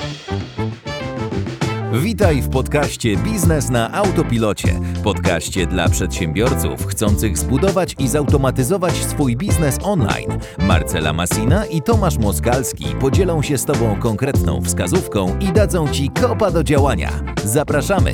Witaj w podcaście Biznes na Autopilocie. Podcaście dla przedsiębiorców chcących zbudować i zautomatyzować swój biznes online. Marcela Masina i Tomasz Moskalski podzielą się z Tobą konkretną wskazówką i dadzą Ci kopa do działania. Zapraszamy!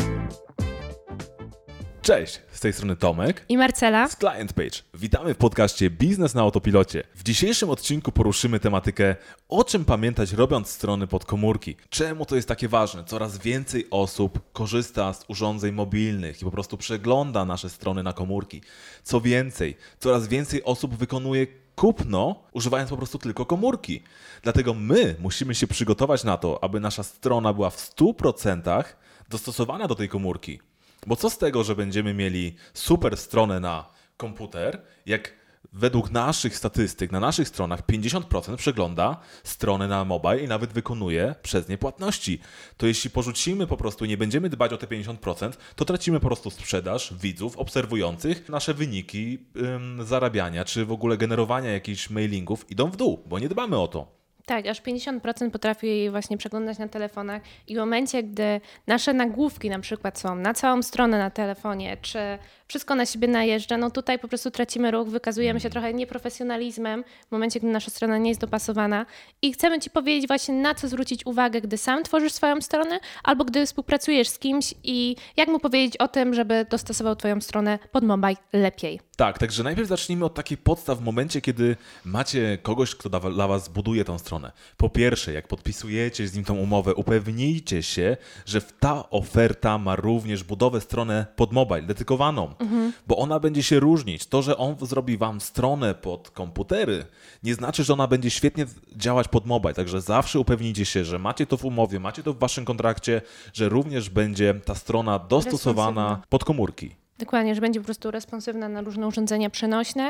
Cześć, z tej strony Tomek i Marcela z Client Page. Witamy w podcaście Biznes na Autopilocie. W dzisiejszym odcinku poruszymy tematykę, o czym pamiętać robiąc strony pod komórki. Czemu to jest takie ważne? Coraz więcej osób korzysta z urządzeń mobilnych i po prostu przegląda nasze strony na komórki. Co więcej, coraz więcej osób wykonuje kupno, używając po prostu tylko komórki. Dlatego my musimy się przygotować na to, aby nasza strona była w 100% dostosowana do tej komórki. Bo co z tego, że będziemy mieli super stronę na komputer, jak według naszych statystyk na naszych stronach 50% przegląda stronę na mobile i nawet wykonuje przez nie płatności. To jeśli porzucimy po prostu i nie będziemy dbać o te 50%, to tracimy po prostu sprzedaż widzów obserwujących. Nasze wyniki zarabiania czy w ogóle generowania jakichś mailingów idą w dół, bo nie dbamy o to. Tak, aż 50% potrafi jej właśnie przeglądać na telefonach i w momencie, gdy nasze nagłówki na przykład są na całą stronę na telefonie, czy wszystko na siebie najeżdża, no tutaj po prostu tracimy ruch, wykazujemy się trochę nieprofesjonalizmem w momencie, gdy nasza strona nie jest dopasowana i chcemy Ci powiedzieć właśnie, na co zwrócić uwagę, gdy sam tworzysz swoją stronę albo gdy współpracujesz z kimś i jak mu powiedzieć o tym, żeby dostosował Twoją stronę pod mobile lepiej. Tak, także najpierw zacznijmy od takich podstaw w momencie, kiedy macie kogoś, kto dla Was buduje tą stronę. Po pierwsze, jak podpisujecie z nim tą umowę, upewnijcie się, że ta oferta ma również budowę strony pod mobile, dedykowaną, bo ona będzie się różnić. To, że on zrobi Wam stronę pod komputery, nie znaczy, że ona będzie świetnie działać pod mobile. Także zawsze upewnijcie się, że macie to w umowie, macie to w Waszym kontrakcie, że również będzie ta strona dostosowana pod komórki. Dokładnie, że będzie po prostu responsywna na różne urządzenia przenośne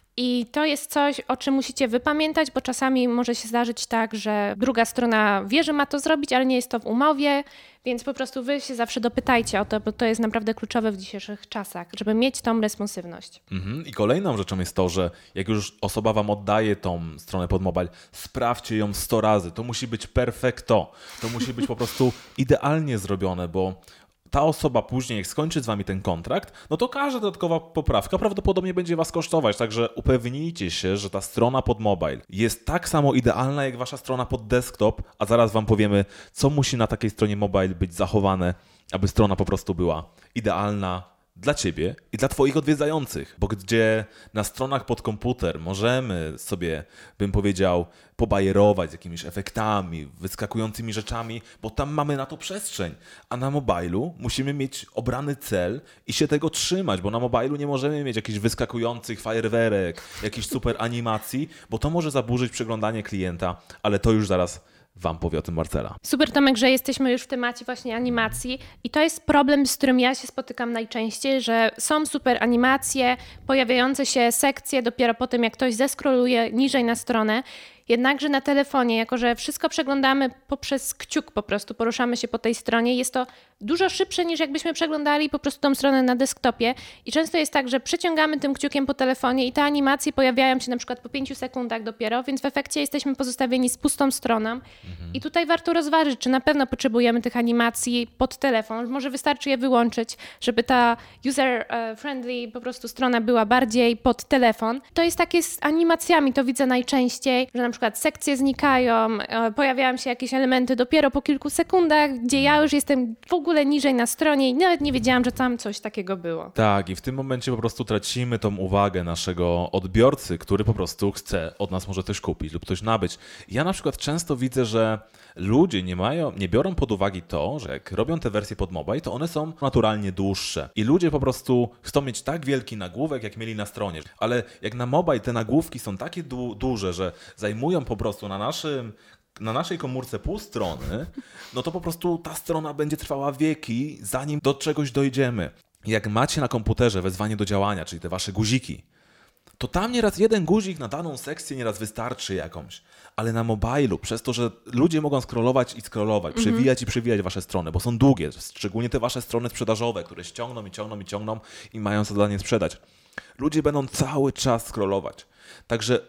i to jest coś, o czym musicie wypamiętać, bo czasami może się zdarzyć tak, że druga strona wie, że ma to zrobić, ale nie jest to w umowie, więc po prostu wy się zawsze dopytajcie o to, bo to jest naprawdę kluczowe w dzisiejszych czasach, żeby mieć tą responsywność. I kolejną rzeczą jest to, że jak już osoba Wam oddaje tą stronę pod mobile, sprawdźcie ją 100 razy. To musi być perfekto. To musi być po prostu idealnie zrobione, bo ta osoba później, jak skończy z Wami ten kontrakt, no to każda dodatkowa poprawka prawdopodobnie będzie Was kosztować. Także upewnijcie się, że ta strona pod mobile jest tak samo idealna, jak Wasza strona pod desktop, a zaraz Wam powiemy, co musi na takiej stronie mobile być zachowane, aby strona po prostu była idealna dla Ciebie i dla Twoich odwiedzających, bo gdzie na stronach pod komputer możemy sobie, bym powiedział, pobajerować z jakimiś efektami, wyskakującymi rzeczami, bo tam mamy na to przestrzeń, a na mobilu musimy mieć obrany cel i się tego trzymać, bo na mobilu nie możemy mieć jakichś wyskakujących fajerwerek, jakichś super animacji, bo to może zaburzyć przeglądanie klienta, ale to już zaraz Wam powie o tym Marcela. Super, Tomek, że jesteśmy już w temacie właśnie animacji i to jest problem, z którym ja się spotykam najczęściej, że są super animacje, pojawiające się sekcje dopiero po tym, jak ktoś zeskroluje niżej na stronę. Jednakże na telefonie, jako że wszystko przeglądamy poprzez kciuk po prostu, poruszamy się po tej stronie, jest to dużo szybsze niż jakbyśmy przeglądali po prostu tą stronę na desktopie i często jest tak, że przeciągamy tym kciukiem po telefonie i te animacje pojawiają się na przykład po 5 sekundach dopiero, więc w efekcie jesteśmy pozostawieni z pustą stroną i tutaj warto rozważyć, czy na pewno potrzebujemy tych animacji pod telefon, może wystarczy je wyłączyć, żeby ta user-friendly po prostu strona była bardziej pod telefon. To jest takie z animacjami, to widzę najczęściej, że na przykład sekcje znikają, pojawiają się jakieś elementy dopiero po kilku sekundach, gdzie ja już jestem w ogóle niżej na stronie i nawet nie wiedziałam, że tam coś takiego było. Tak, i w tym momencie po prostu tracimy tą uwagę naszego odbiorcy, który po prostu chce od nas może coś kupić lub coś nabyć. Ja na przykład często widzę, że ludzie nie biorą pod uwagę to, że jak robią te wersje pod mobile, to one są naturalnie dłuższe. I ludzie po prostu chcą mieć tak wielki nagłówek, jak mieli na stronie. Ale jak na mobile te nagłówki są takie duże, że zajmują po prostu na naszej komórce pół strony, no to po prostu ta strona będzie trwała wieki, zanim do czegoś dojdziemy. Jak macie na komputerze wezwanie do działania, czyli te wasze guziki, to tam nieraz jeden guzik na daną sekcję nieraz wystarczy jakąś. Ale na mobilu, przez to, że ludzie mogą scrollować i scrollować, przewijać i przewijać wasze strony, bo są długie, szczególnie te wasze strony sprzedażowe, które ciągną i mają zadanie sprzedać. Ludzie będą cały czas scrollować. Także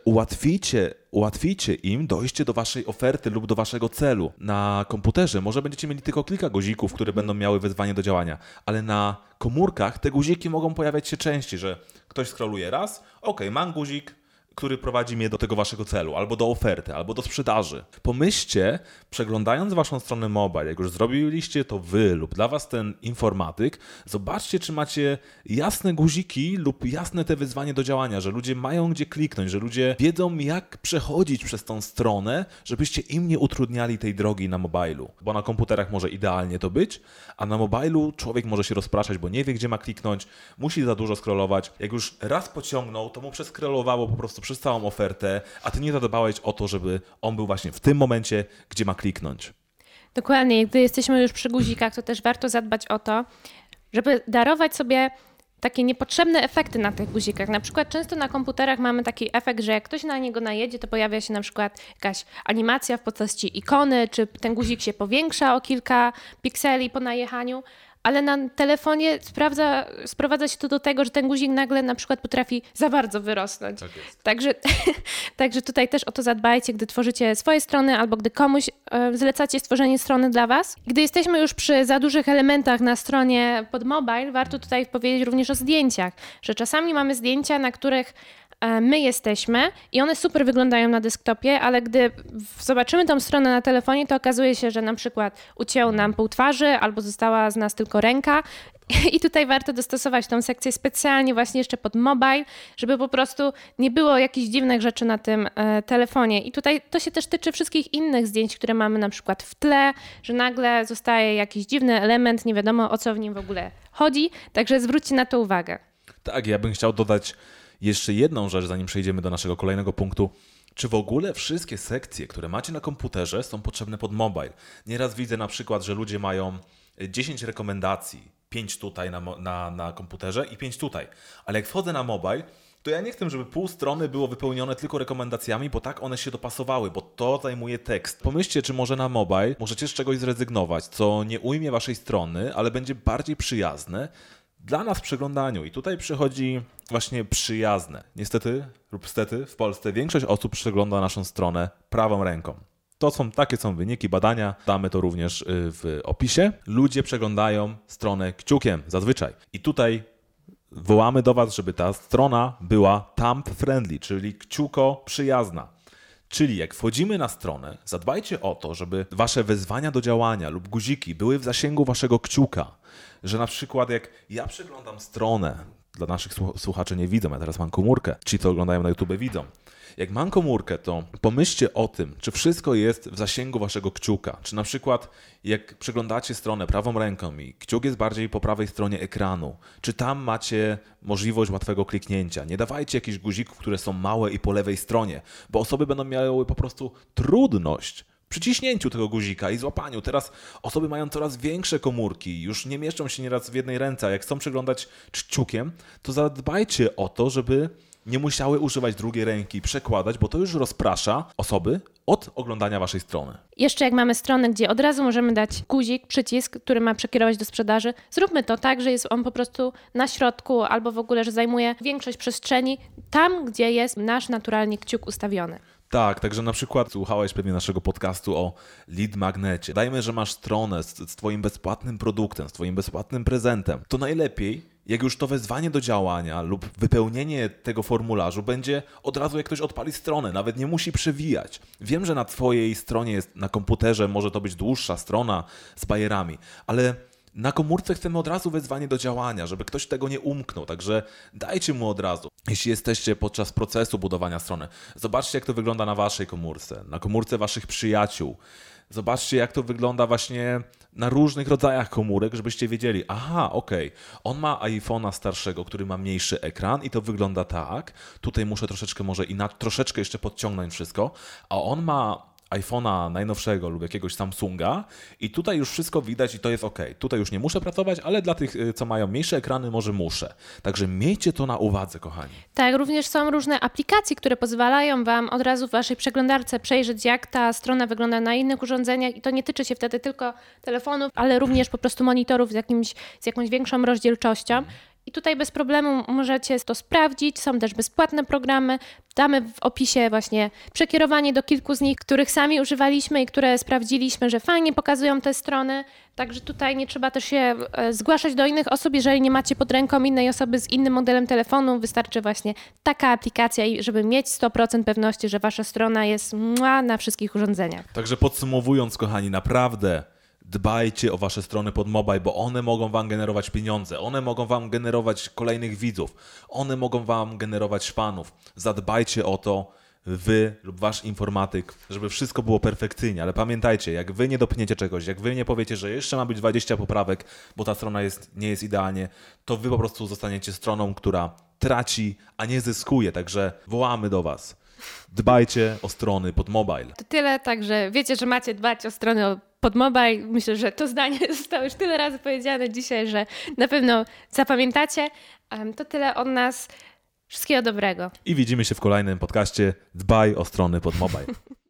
ułatwijcie im dojście do waszej oferty lub do waszego celu. Na komputerze może będziecie mieli tylko kilka guzików, które będą miały wezwanie do działania, ale na komórkach te guziki mogą pojawiać się częściej, że ktoś scrolluje raz, mam guzik, który prowadzi mnie do tego waszego celu, albo do oferty, albo do sprzedaży. Pomyślcie, przeglądając waszą stronę mobile, jak już zrobiliście to wy lub dla was ten informatyk, zobaczcie, czy macie jasne guziki lub jasne te wyzwanie do działania, że ludzie mają gdzie kliknąć, że ludzie wiedzą, jak przechodzić przez tą stronę, żebyście im nie utrudniali tej drogi na mobilu. Bo na komputerach może idealnie to być, a na mobilu człowiek może się rozpraszać, bo nie wie, gdzie ma kliknąć, musi za dużo scrollować. Jak już raz pociągnął, to mu przescrollowało po prostu przez całą ofertę, a ty nie zadbałeś o to, żeby on był właśnie w tym momencie, gdzie ma kliknąć. Dokładnie. Gdy jesteśmy już przy guzikach, to też warto zadbać o to, żeby darować sobie takie niepotrzebne efekty na tych guzikach. Na przykład często na komputerach mamy taki efekt, że jak ktoś na niego najedzie, to pojawia się na przykład jakaś animacja w postaci ikony, czy ten guzik się powiększa o kilka pikseli po najechaniu, ale na telefonie sprowadza się to do tego, że ten guzik nagle na przykład potrafi za bardzo wyrosnąć. Tak jest. Także tutaj też o to zadbajcie, gdy tworzycie swoje strony albo gdy komuś zlecacie stworzenie strony dla was. Gdy jesteśmy już przy za dużych elementach na stronie pod mobile, warto tutaj powiedzieć również o zdjęciach, że czasami mamy zdjęcia, na których my jesteśmy i one super wyglądają na desktopie, ale gdy zobaczymy tą stronę na telefonie, to okazuje się, że na przykład ucięło nam pół twarzy albo została z nas tylko ręka i tutaj warto dostosować tą sekcję specjalnie właśnie jeszcze pod mobile, żeby po prostu nie było jakichś dziwnych rzeczy na tym telefonie. I tutaj to się też tyczy wszystkich innych zdjęć, które mamy na przykład w tle, że nagle zostaje jakiś dziwny element, nie wiadomo o co w nim w ogóle chodzi, także zwróćcie na to uwagę. Tak, ja bym chciał dodać jeszcze jedną rzecz, zanim przejdziemy do naszego kolejnego punktu. Czy w ogóle wszystkie sekcje, które macie na komputerze, są potrzebne pod mobile? Nieraz widzę na przykład, że ludzie mają 10 rekomendacji, 5 tutaj na komputerze i 5 tutaj. Ale jak wchodzę na mobile, to ja nie chcę, żeby pół strony było wypełnione tylko rekomendacjami, bo tak one się dopasowały, bo to zajmuje tekst. Pomyślcie, czy może na mobile możecie z czegoś zrezygnować, co nie ujmie waszej strony, ale będzie bardziej przyjazne dla nas w przeglądaniu. I tutaj przychodzi właśnie przyjazne. Niestety lub stety w Polsce większość osób przegląda naszą stronę prawą ręką. Takie są wyniki badania, damy to również w opisie. Ludzie przeglądają stronę kciukiem zazwyczaj. I tutaj wołamy do was, żeby ta strona była thumb friendly, czyli kciuko przyjazna. Czyli jak wchodzimy na stronę, zadbajcie o to, żeby wasze wezwania do działania lub guziki były w zasięgu waszego kciuka. Że na przykład jak ja przeglądam stronę, dla naszych słuchaczy nie widzą, ja teraz mam komórkę, ci co oglądają na YouTube widzą. Jak mam komórkę, to pomyślcie o tym, czy wszystko jest w zasięgu waszego kciuka. Czy na przykład jak przeglądacie stronę prawą ręką i kciuk jest bardziej po prawej stronie ekranu, czy tam macie możliwość łatwego kliknięcia. Nie dawajcie jakichś guzików, które są małe i po lewej stronie, bo osoby będą miały po prostu trudność przy ciśnięciu tego guzika i złapaniu. Teraz osoby mają coraz większe komórki, już nie mieszczą się nieraz w jednej ręce, a jak chcą przeglądać kciukiem, to zadbajcie o to, żeby nie musiały używać drugiej ręki, przekładać, bo to już rozprasza osoby od oglądania waszej strony. Jeszcze jak mamy stronę, gdzie od razu możemy dać guzik, przycisk, który ma przekierować do sprzedaży, zróbmy to tak, że jest on po prostu na środku albo w ogóle, że zajmuje większość przestrzeni tam, gdzie jest nasz naturalnie kciuk ustawiony. Tak, także na przykład słuchałeś pewnie naszego podcastu o lead magnecie. Dajmy, że masz stronę z twoim bezpłatnym produktem, z twoim bezpłatnym prezentem. To najlepiej, jak już to wezwanie do działania lub wypełnienie tego formularzu będzie od razu, jak ktoś odpali stronę, nawet nie musi przewijać. Wiem, że na twojej stronie jest, na komputerze może to być dłuższa strona z bajerami, ale na komórce chcemy od razu wezwanie do działania, żeby ktoś tego nie umknął, także dajcie mu od razu. Jeśli jesteście podczas procesu budowania strony, zobaczcie, jak to wygląda na waszej komórce, na komórce waszych przyjaciół. Zobaczcie, jak to wygląda właśnie na różnych rodzajach komórek, żebyście wiedzieli, on ma iPhone'a starszego, który ma mniejszy ekran i to wygląda tak, tutaj muszę troszeczkę jeszcze podciągnąć wszystko, a on ma iPhone'a najnowszego lub jakiegoś Samsunga i tutaj już wszystko widać i to jest Tutaj już nie muszę pracować, ale dla tych, co mają mniejsze ekrany, może muszę. Także miejcie to na uwadze, kochani. Tak, również są różne aplikacje, które pozwalają wam od razu w waszej przeglądarce przejrzeć, jak ta strona wygląda na innych urządzeniach i to nie tyczy się wtedy tylko telefonów, ale również po prostu monitorów z jakąś większą rozdzielczością. I tutaj bez problemu możecie to sprawdzić. Są też bezpłatne programy. Damy w opisie właśnie przekierowanie do kilku z nich, których sami używaliśmy i które sprawdziliśmy, że fajnie pokazują te strony. Także tutaj nie trzeba też się zgłaszać do innych osób, jeżeli nie macie pod ręką innej osoby z innym modelem telefonu. Wystarczy właśnie taka aplikacja, żeby mieć 100% pewności, że wasza strona jest na wszystkich urządzeniach. Także podsumowując, kochani, naprawdę dbajcie o wasze strony pod mobile, bo one mogą wam generować pieniądze, one mogą wam generować kolejnych widzów, one mogą wam generować fanów. Zadbajcie o to, wy lub wasz informatyk, żeby wszystko było perfekcyjnie, ale pamiętajcie, jak wy nie dopniecie czegoś, jak wy nie powiecie, że jeszcze ma być 20 poprawek, bo ta strona nie jest idealnie, to wy po prostu zostaniecie stroną, która traci, a nie zyskuje, także wołamy do was. Dbajcie o strony pod mobile. To tyle, także wiecie, że macie dbać o stronę pod mobile. Myślę, że to zdanie zostało już tyle razy powiedziane dzisiaj, że na pewno zapamiętacie. To tyle od nas. Wszystkiego dobrego. I widzimy się w kolejnym podcaście Dbaj o strony pod mobile.